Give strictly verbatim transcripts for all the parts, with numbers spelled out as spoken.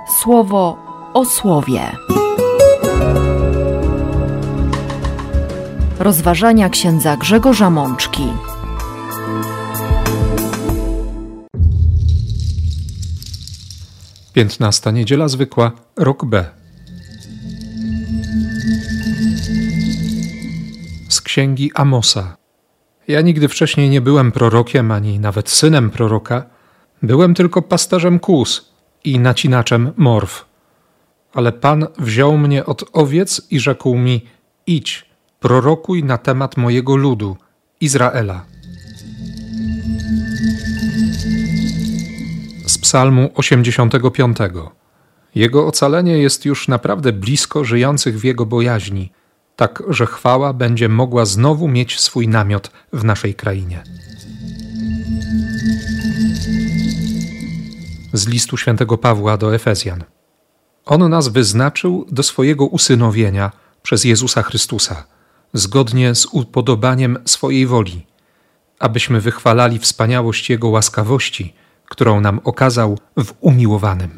Słowo o słowie. Rozważania księdza Grzegorza Mączki. Piętnasta niedziela zwykła, rok B. Z księgi Amosa. Ja nigdy wcześniej nie byłem prorokiem, ani nawet synem proroka. Byłem tylko pasterzem kóz i nacinaczem morw. Ale Pan wziął mnie od owiec i rzekł mi: idź, prorokuj na temat mojego ludu, Izraela. Z psalmu osiemdziesiątego piątego. Jego ocalenie jest już naprawdę blisko żyjących w Jego bojaźni, tak że chwała będzie mogła znowu mieć swój namiot w naszej krainie. Z listu świętego Pawła do Efezjan. On nas wyznaczył do swojego usynowienia przez Jezusa Chrystusa, zgodnie z upodobaniem swojej woli, abyśmy wychwalali wspaniałość Jego łaskawości, którą nam okazał w umiłowanym.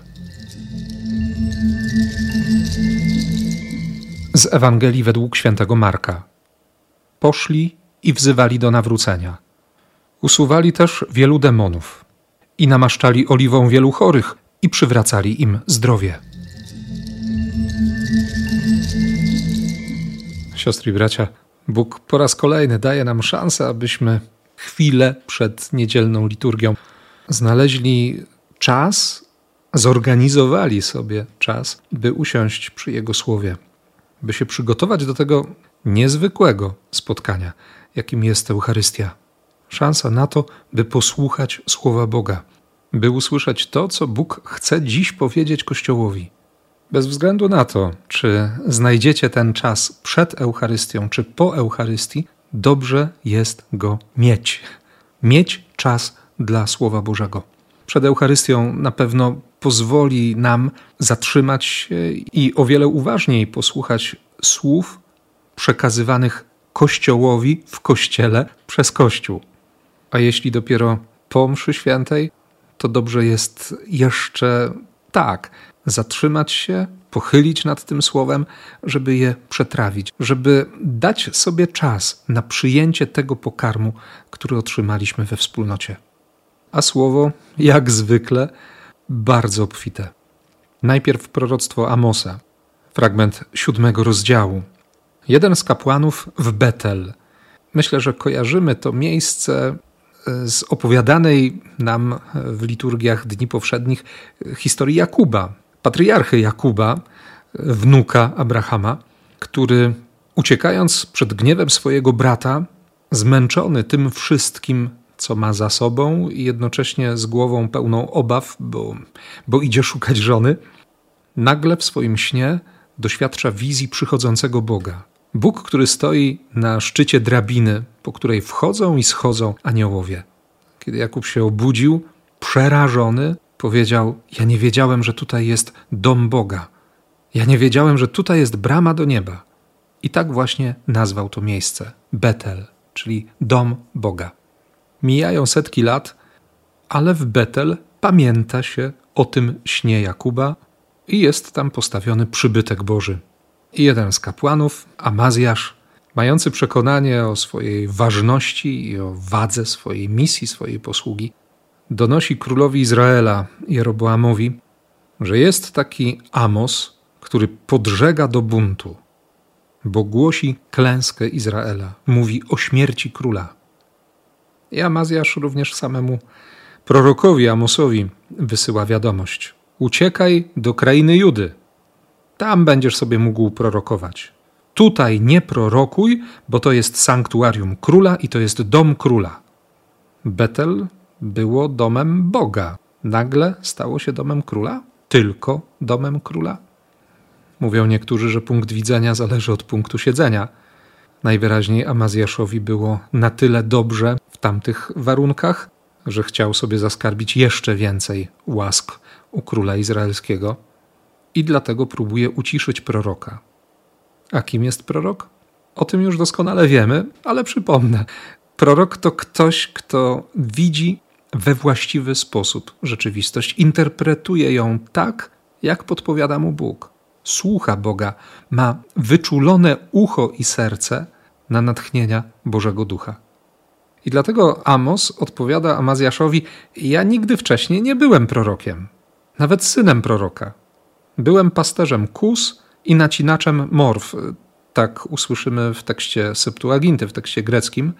Z Ewangelii według świętego Marka. Poszli i wzywali do nawrócenia. Usuwali też wielu demonów i namaszczali oliwą wielu chorych i przywracali im zdrowie. Siostry i bracia, Bóg po raz kolejny daje nam szansę, abyśmy chwilę przed niedzielną liturgią znaleźli czas, zorganizowali sobie czas, by usiąść przy Jego słowie, by się przygotować do tego niezwykłego spotkania, jakim jest Eucharystia. Szansa na to, by posłuchać słowa Boga, by usłyszeć to, co Bóg chce dziś powiedzieć Kościołowi. Bez względu na to, czy znajdziecie ten czas przed Eucharystią, czy po Eucharystii, dobrze jest go mieć. Mieć czas dla Słowa Bożego. Przed Eucharystią na pewno pozwoli nam zatrzymać się i o wiele uważniej posłuchać słów przekazywanych Kościołowi w Kościele przez Kościół. A jeśli dopiero po mszy świętej, to dobrze jest jeszcze tak zatrzymać się, pochylić nad tym słowem, żeby je przetrawić, żeby dać sobie czas na przyjęcie tego pokarmu, który otrzymaliśmy we wspólnocie. A słowo, jak zwykle, bardzo obfite. Najpierw proroctwo Amosa, fragment siódmego rozdziału. Jeden z kapłanów w Betel. Myślę, że kojarzymy to miejsce z opowiadanej nam w liturgiach dni powszednich historii Jakuba, patriarchy Jakuba, wnuka Abrahama, który uciekając przed gniewem swojego brata, zmęczony tym wszystkim, co ma za sobą i jednocześnie z głową pełną obaw, bo, bo idzie szukać żony, nagle w swoim śnie doświadcza wizji przychodzącego Boga. Bóg, który stoi na szczycie drabiny, po której wchodzą i schodzą aniołowie. Kiedy Jakub się obudził, przerażony, powiedział: ja nie wiedziałem, że tutaj jest dom Boga. Ja nie wiedziałem, że tutaj jest brama do nieba. I tak właśnie nazwał to miejsce Betel, czyli dom Boga. Mijają setki lat, ale w Betel pamięta się o tym śnie Jakuba i jest tam postawiony przybytek Boży. I jeden z kapłanów, Amazjasz, mający przekonanie o swojej ważności i o wadze swojej misji, swojej posługi, donosi królowi Izraela, Jeroboamowi, że jest taki Amos, który podżega do buntu, bo głosi klęskę Izraela, mówi o śmierci króla. I Amazjasz również samemu prorokowi Amosowi wysyła wiadomość: uciekaj do krainy Judy, tam będziesz sobie mógł prorokować. Tutaj nie prorokuj, bo to jest sanktuarium króla i to jest dom króla. Betel było domem Boga. Nagle stało się domem króla? Tylko domem króla? Mówią niektórzy, że punkt widzenia zależy od punktu siedzenia. Najwyraźniej Amazjaszowi było na tyle dobrze w tamtych warunkach, że chciał sobie zaskarbić jeszcze więcej łask u króla izraelskiego i dlatego próbuje uciszyć proroka. A kim jest prorok? O tym już doskonale wiemy, ale przypomnę. Prorok to ktoś, kto widzi we właściwy sposób rzeczywistość, interpretuje ją tak, jak podpowiada mu Bóg. Słucha Boga, ma wyczulone ucho i serce na natchnienia Bożego Ducha. I dlatego Amos odpowiada Amazjaszowi: ja nigdy wcześniej nie byłem prorokiem, nawet synem proroka. Byłem pasterzem kóz i nacinaczem morw. Tak usłyszymy w tekście Septuaginty, w tekście greckim.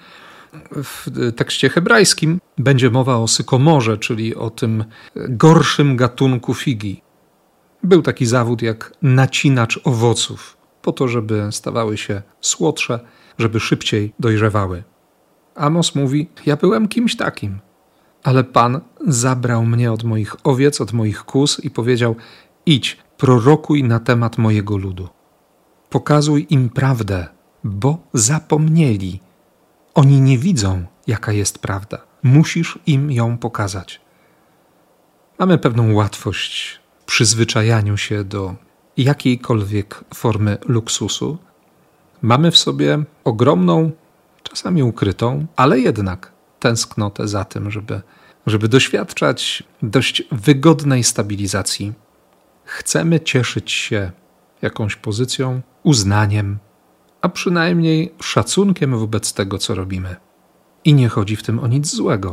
W tekście hebrajskim będzie mowa o sykomorze, czyli o tym gorszym gatunku figi. Był taki zawód jak nacinacz owoców, po to, żeby stawały się słodsze, żeby szybciej dojrzewały. Amos mówi: ja byłem kimś takim, ale Pan zabrał mnie od moich owiec, od moich kóz i powiedział: idź, prorokuj na temat mojego ludu. Pokazuj im prawdę, bo zapomnieli. Oni nie widzą, jaka jest prawda. Musisz im ją pokazać. Mamy pewną łatwość w przyzwyczajaniu się do jakiejkolwiek formy luksusu. Mamy w sobie ogromną, czasami ukrytą, ale jednak tęsknotę za tym, żeby, żeby doświadczać dość wygodnej stabilizacji. Chcemy cieszyć się jakąś pozycją, uznaniem, a przynajmniej szacunkiem wobec tego, co robimy. I nie chodzi w tym o nic złego.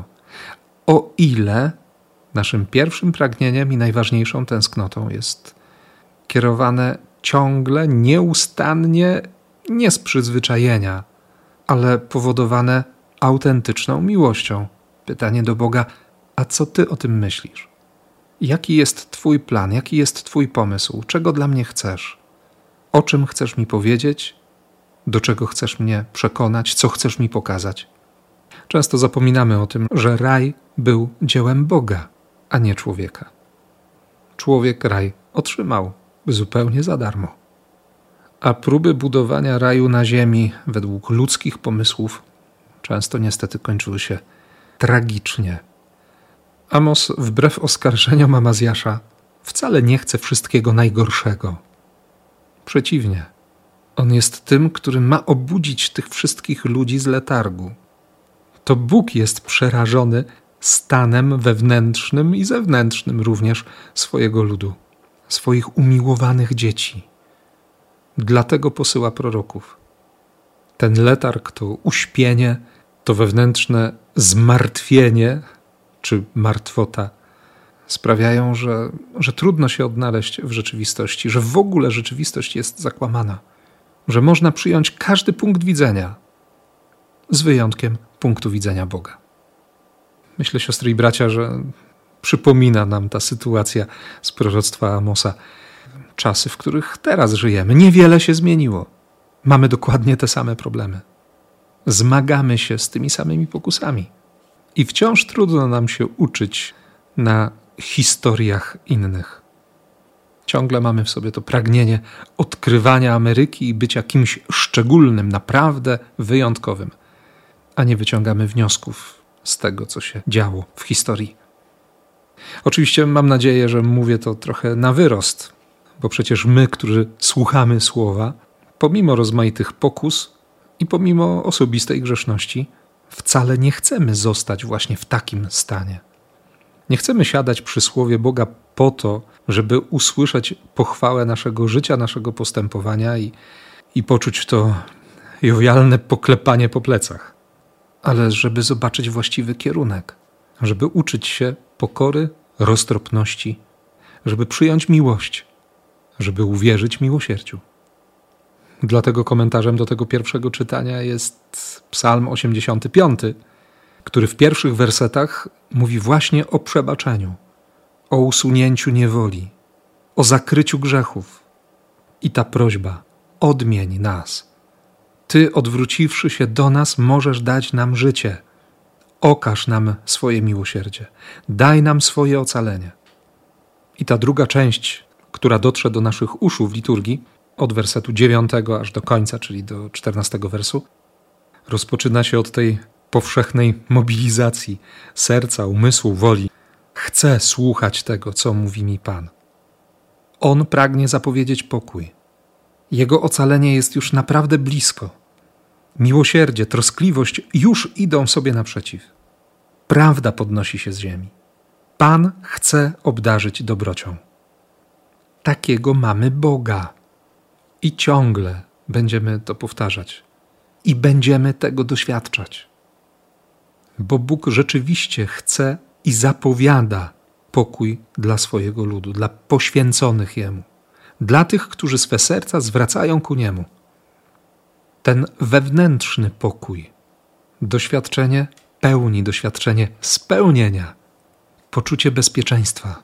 O ile naszym pierwszym pragnieniem i najważniejszą tęsknotą jest kierowane ciągle, nieustannie, nie z przyzwyczajenia, ale powodowane autentyczną miłością. Pytanie do Boga: a co Ty o tym myślisz? Jaki jest Twój plan? Jaki jest Twój pomysł? Czego dla mnie chcesz? O czym chcesz mi powiedzieć? Do czego chcesz mnie przekonać? Co chcesz mi pokazać? Często zapominamy o tym, że raj był dziełem Boga, a nie człowieka. Człowiek raj otrzymał zupełnie za darmo. A próby budowania raju na ziemi według ludzkich pomysłów często niestety kończyły się tragicznie. Amos, wbrew oskarżeniom Amazjasza, wcale nie chce wszystkiego najgorszego. Przeciwnie, on jest tym, który ma obudzić tych wszystkich ludzi z letargu. To Bóg jest przerażony stanem wewnętrznym i zewnętrznym również swojego ludu, swoich umiłowanych dzieci. Dlatego posyła proroków. Ten letarg, to uśpienie, to wewnętrzne zmartwienie czy martwota sprawiają, że, że trudno się odnaleźć w rzeczywistości, że w ogóle rzeczywistość jest zakłamana, że można przyjąć każdy punkt widzenia, z wyjątkiem punktu widzenia Boga. Myślę, siostry i bracia, że przypomina nam ta sytuacja z proroctwa Amosa czasy, w których teraz żyjemy. Niewiele się zmieniło. Mamy dokładnie te same problemy. Zmagamy się z tymi samymi pokusami. I wciąż trudno nam się uczyć na historiach innych. Ciągle mamy w sobie to pragnienie odkrywania Ameryki i bycia kimś szczególnym, naprawdę wyjątkowym, a nie wyciągamy wniosków z tego, co się działo w historii. Oczywiście mam nadzieję, że mówię to trochę na wyrost, bo przecież my, którzy słuchamy słowa, pomimo rozmaitych pokus i pomimo osobistej grzeszności, wcale nie chcemy zostać właśnie w takim stanie. Nie chcemy siadać przy słowie Boga po to, żeby usłyszeć pochwałę naszego życia, naszego postępowania i, i poczuć to jowialne poklepanie po plecach, ale żeby zobaczyć właściwy kierunek, żeby uczyć się pokory, roztropności, żeby przyjąć miłość, żeby uwierzyć miłosierdziu. Dlatego komentarzem do tego pierwszego czytania jest Psalm osiemdziesiąty piąty, który w pierwszych wersetach mówi właśnie o przebaczeniu, o usunięciu niewoli, o zakryciu grzechów. I ta prośba: odmień nas. Ty, odwróciwszy się do nas, możesz dać nam życie. Okaż nam swoje miłosierdzie. Daj nam swoje ocalenie. I ta druga część, która dotrze do naszych uszu w liturgii, od wersetu dziewiątego aż do końca, czyli do czternastego wersu, rozpoczyna się od tej powszechnej mobilizacji serca, umysłu, woli. Chcę słuchać tego, co mówi mi Pan. On pragnie zapowiedzieć pokój. Jego ocalenie jest już naprawdę blisko. Miłosierdzie, troskliwość już idą sobie naprzeciw. Prawda podnosi się z ziemi. Pan chce obdarzyć dobrocią. takiego mamy Boga. I ciągle będziemy to powtarzać. I będziemy tego doświadczać. Bo Bóg rzeczywiście chce i zapowiada pokój dla swojego ludu, dla poświęconych Jemu, dla tych, którzy swe serca zwracają ku Niemu. Ten wewnętrzny pokój, doświadczenie pełni, doświadczenie spełnienia, poczucie bezpieczeństwa.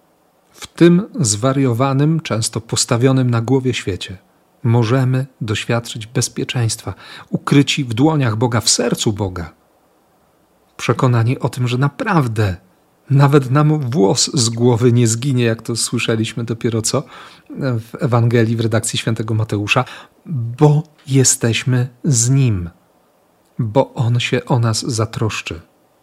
W tym zwariowanym, często postawionym na głowie świecie możemy doświadczyć bezpieczeństwa, ukryci w dłoniach Boga, w sercu Boga. Przekonani o tym, że naprawdę nawet nam włos z głowy nie zginie, jak to słyszeliśmy dopiero co w Ewangelii w redakcji świętego Mateusza, bo jesteśmy z Nim, bo On się o nas zatroszczy,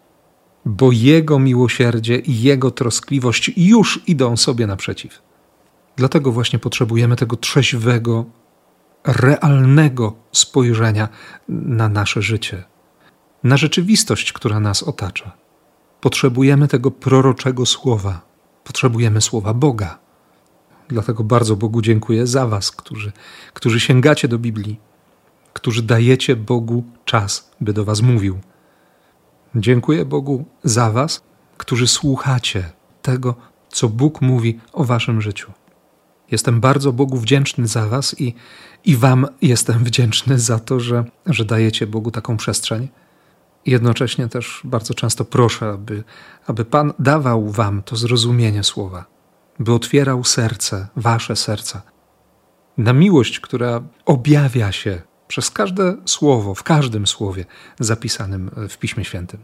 bo Jego miłosierdzie i Jego troskliwość już idą sobie naprzeciw. Dlatego właśnie potrzebujemy tego trzeźwego, realnego spojrzenia na nasze życie, na rzeczywistość, która nas otacza. Potrzebujemy tego proroczego słowa. Potrzebujemy słowa Boga. Dlatego bardzo Bogu dziękuję za was, którzy, którzy sięgacie do Biblii, którzy dajecie Bogu czas, by do was mówił. Dziękuję Bogu za was, którzy słuchacie tego, co Bóg mówi o waszym życiu. Jestem bardzo Bogu wdzięczny za was i, i wam jestem wdzięczny za to, że, że dajecie Bogu taką przestrzeń. Jednocześnie też bardzo często proszę, aby, aby Pan dawał wam to zrozumienie słowa, by otwierał serce, wasze serca, na miłość, która objawia się przez każde słowo, w każdym słowie zapisanym w Piśmie Świętym.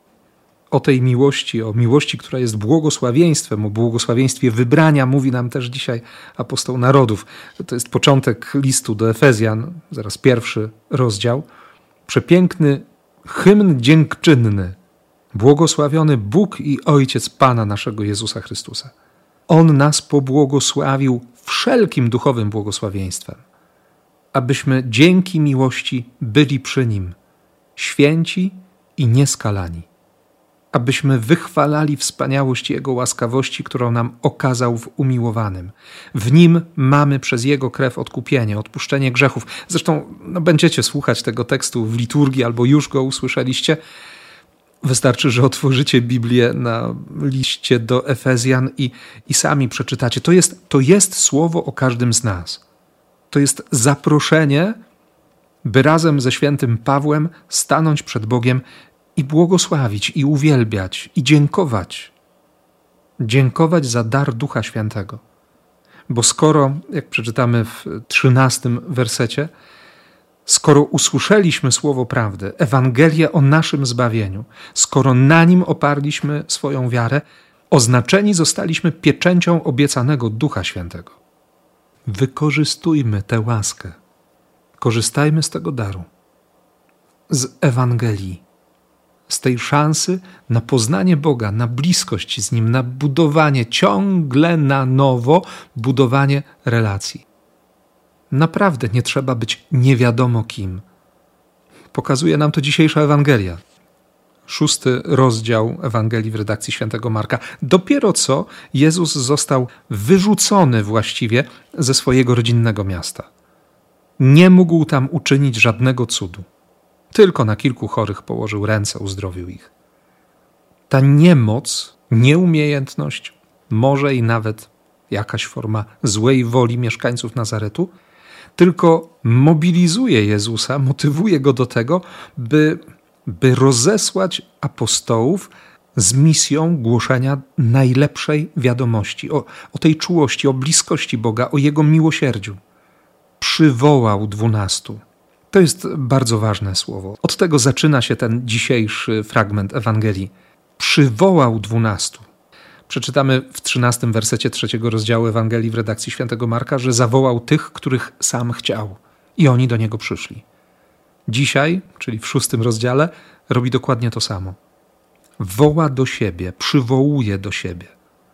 O tej miłości, o miłości, która jest błogosławieństwem, o błogosławieństwie wybrania mówi nam też dzisiaj apostoł narodów. To jest początek listu do Efezjan, zaraz pierwszy rozdział. Przepiękny hymn dziękczynny. Błogosławiony Bóg i Ojciec Pana naszego Jezusa Chrystusa. On nas pobłogosławił wszelkim duchowym błogosławieństwem, abyśmy dzięki miłości byli przy Nim, święci i nieskalani, abyśmy wychwalali wspaniałość Jego łaskawości, którą nam okazał w umiłowanym. W Nim mamy przez Jego krew odkupienie, odpuszczenie grzechów. Zresztą no, będziecie słuchać tego tekstu w liturgii albo już go usłyszeliście. Wystarczy, że otworzycie Biblię na liście do Efezjan i, i sami przeczytacie. To jest, to jest słowo o każdym z nas. To jest zaproszenie, by razem ze świętym Pawłem stanąć przed Bogiem i błogosławić, i uwielbiać, i dziękować. Dziękować za dar Ducha Świętego. Bo skoro, jak przeczytamy w trzynastym wersecie, skoro usłyszeliśmy słowo prawdy, Ewangelię o naszym zbawieniu, skoro na nim oparliśmy swoją wiarę, oznaczeni zostaliśmy pieczęcią obiecanego Ducha Świętego. Wykorzystujmy tę łaskę. Korzystajmy z tego daru. Z Ewangelii. Z tej szansy na poznanie Boga, na bliskość z Nim, na budowanie ciągle na nowo, budowanie relacji. Naprawdę nie trzeba być nie wiadomo kim. Pokazuje nam to dzisiejsza Ewangelia. Szósty rozdział Ewangelii w redakcji świętego Marka. Dopiero co Jezus został wyrzucony właściwie ze swojego rodzinnego miasta. Nie mógł tam uczynić żadnego cudu. Tylko na kilku chorych położył ręce, uzdrowił ich. Ta niemoc, nieumiejętność, może i nawet jakaś forma złej woli mieszkańców Nazaretu, tylko mobilizuje Jezusa, motywuje Go do tego, by, by rozesłać apostołów z misją głoszenia najlepszej wiadomości, o, o tej czułości, o bliskości Boga, o Jego miłosierdziu. Przywołał dwunastu. To jest bardzo ważne słowo. Od tego zaczyna się ten dzisiejszy fragment Ewangelii. Przywołał dwunastu. Przeczytamy w trzynastym wersecie trzeciego rozdziału Ewangelii w redakcji świętego Marka, że zawołał tych, których sam chciał. I oni do Niego przyszli. Dzisiaj, czyli w szóstym rozdziale, robi dokładnie to samo. Woła do siebie, przywołuje do siebie.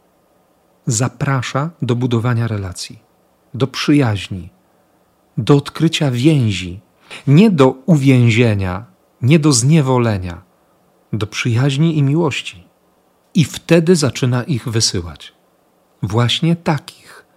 Zaprasza do budowania relacji, do przyjaźni, do odkrycia więzi, nie do uwięzienia, nie do zniewolenia, do przyjaźni i miłości. I wtedy zaczyna ich wysyłać. Właśnie takich,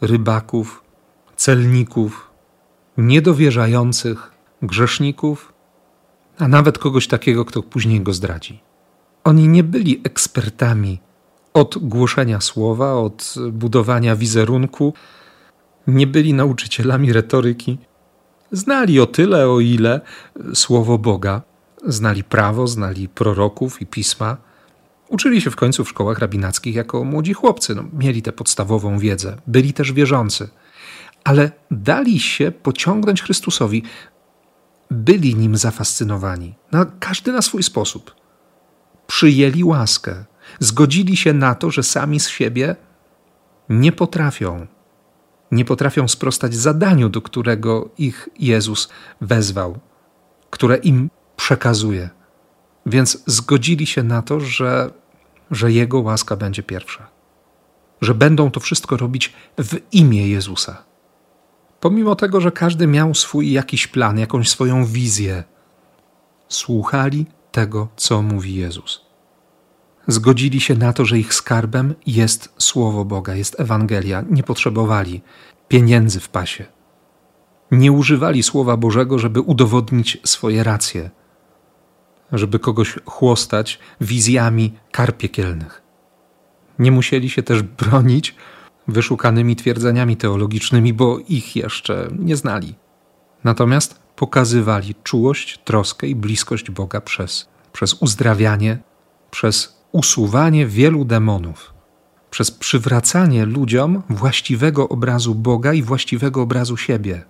rybaków, celników, niedowierzających, grzeszników, a nawet kogoś takiego, kto później go zdradzi. Oni nie byli ekspertami od głoszenia słowa, od budowania wizerunku, nie byli nauczycielami retoryki. Znali o tyle, o ile słowo Boga, znali prawo, znali proroków i pisma. Uczyli się w końcu w szkołach rabinackich jako młodzi chłopcy. No, mieli tę podstawową wiedzę, byli też wierzący. Ale dali się pociągnąć Chrystusowi. Byli nim zafascynowani, na, każdy na swój sposób. Przyjęli łaskę, zgodzili się na to, że sami z siebie nie potrafią. Nie potrafią sprostać zadaniu, do którego ich Jezus wezwał, które im przekazuje. Więc zgodzili się na to, że, że Jego łaska będzie pierwsza. Że będą to wszystko robić w imię Jezusa. Pomimo tego, że każdy miał swój jakiś plan, jakąś swoją wizję, słuchali tego, co mówi Jezus. Zgodzili się na to, że ich skarbem jest Słowo Boga, jest Ewangelia. Nie potrzebowali pieniędzy w pasie. Nie używali Słowa Bożego, żeby udowodnić swoje racje, żeby kogoś chłostać wizjami kar piekielnych. Nie musieli się też bronić wyszukanymi twierdzeniami teologicznymi, bo ich jeszcze nie znali. Natomiast pokazywali czułość, troskę i bliskość Boga przez, przez uzdrawianie, przez usuwanie wielu demonów, przez przywracanie ludziom właściwego obrazu Boga i właściwego obrazu siebie.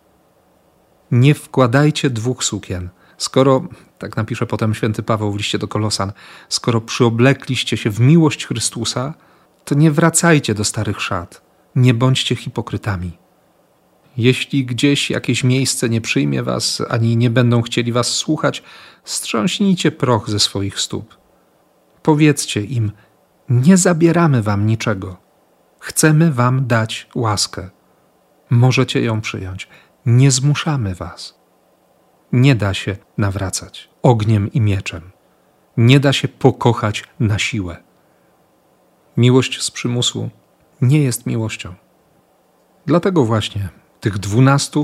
Nie wkładajcie dwóch sukien. Skoro, tak napisze potem święty Paweł w liście do Kolosan, skoro przyoblekliście się w miłość Chrystusa, to nie wracajcie do starych szat. Nie bądźcie hipokrytami. Jeśli gdzieś jakieś miejsce nie przyjmie was, ani nie będą chcieli was słuchać, strząśnijcie proch ze swoich stóp. Powiedzcie im, nie zabieramy wam niczego. Chcemy wam dać łaskę. Możecie ją przyjąć. Nie zmuszamy was. Nie da się nawracać ogniem i mieczem. Nie da się pokochać na siłę. Miłość z przymusu nie jest miłością. Dlatego właśnie tych dwunastu,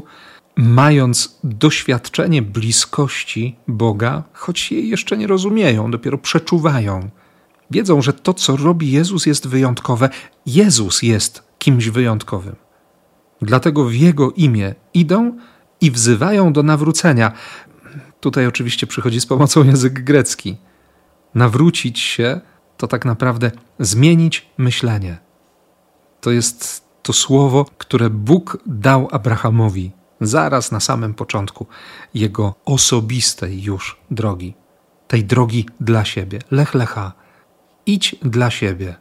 mając doświadczenie bliskości Boga, choć jej jeszcze nie rozumieją, dopiero przeczuwają, wiedzą, że to, co robi Jezus, jest wyjątkowe. Jezus jest kimś wyjątkowym. Dlatego w Jego imię idą i wzywają do nawrócenia. Tutaj oczywiście przychodzi z pomocą język grecki. Nawrócić się to tak naprawdę zmienić myślenie. To jest to słowo, które Bóg dał Abrahamowi zaraz na samym początku jego osobistej już drogi. Tej drogi dla siebie. Lech lecha. Idź dla siebie.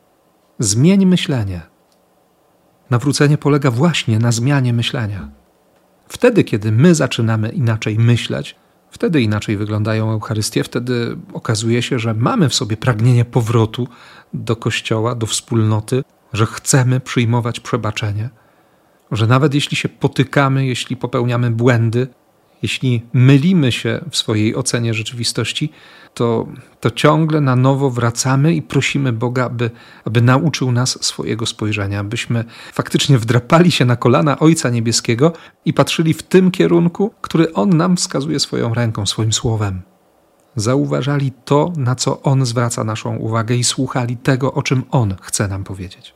Zmień myślenie. Nawrócenie polega właśnie na zmianie myślenia. Wtedy, kiedy my zaczynamy inaczej myśleć, wtedy inaczej wyglądają Eucharystie, wtedy okazuje się, że mamy w sobie pragnienie powrotu do Kościoła, do wspólnoty, że chcemy przyjmować przebaczenie, że nawet jeśli się potykamy, jeśli popełniamy błędy, jeśli mylimy się w swojej ocenie rzeczywistości, to, to ciągle na nowo wracamy i prosimy Boga, aby, aby nauczył nas swojego spojrzenia, abyśmy faktycznie wdrapali się na kolana Ojca Niebieskiego i patrzyli w tym kierunku, który On nam wskazuje swoją ręką, swoim słowem. Zauważali to, na co On zwraca naszą uwagę i słuchali tego, o czym On chce nam powiedzieć.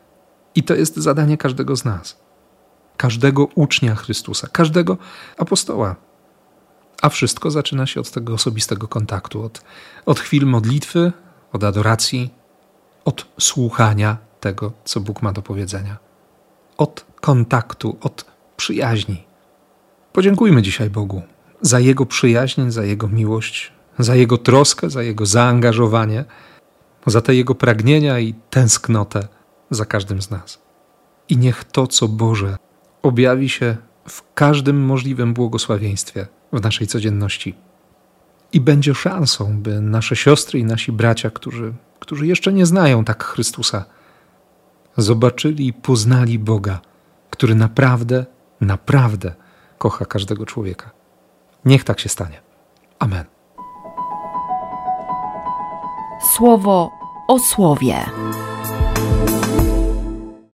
I to jest zadanie każdego z nas. Każdego ucznia Chrystusa, każdego apostoła. A wszystko zaczyna się od tego osobistego kontaktu, od, od chwil modlitwy, od adoracji, od słuchania tego, co Bóg ma do powiedzenia. Od kontaktu, od przyjaźni. Podziękujmy dzisiaj Bogu za Jego przyjaźń, za Jego miłość, za Jego troskę, za Jego zaangażowanie, za te Jego pragnienia i tęsknotę za każdym z nas. I niech to, co Boże, objawi się w każdym możliwym błogosławieństwie w naszej codzienności. I będzie szansą, by nasze siostry i nasi bracia, którzy, którzy jeszcze nie znają tak Chrystusa, zobaczyli i poznali Boga, który naprawdę, naprawdę kocha każdego człowieka. Niech tak się stanie. Amen. Słowo o słowie.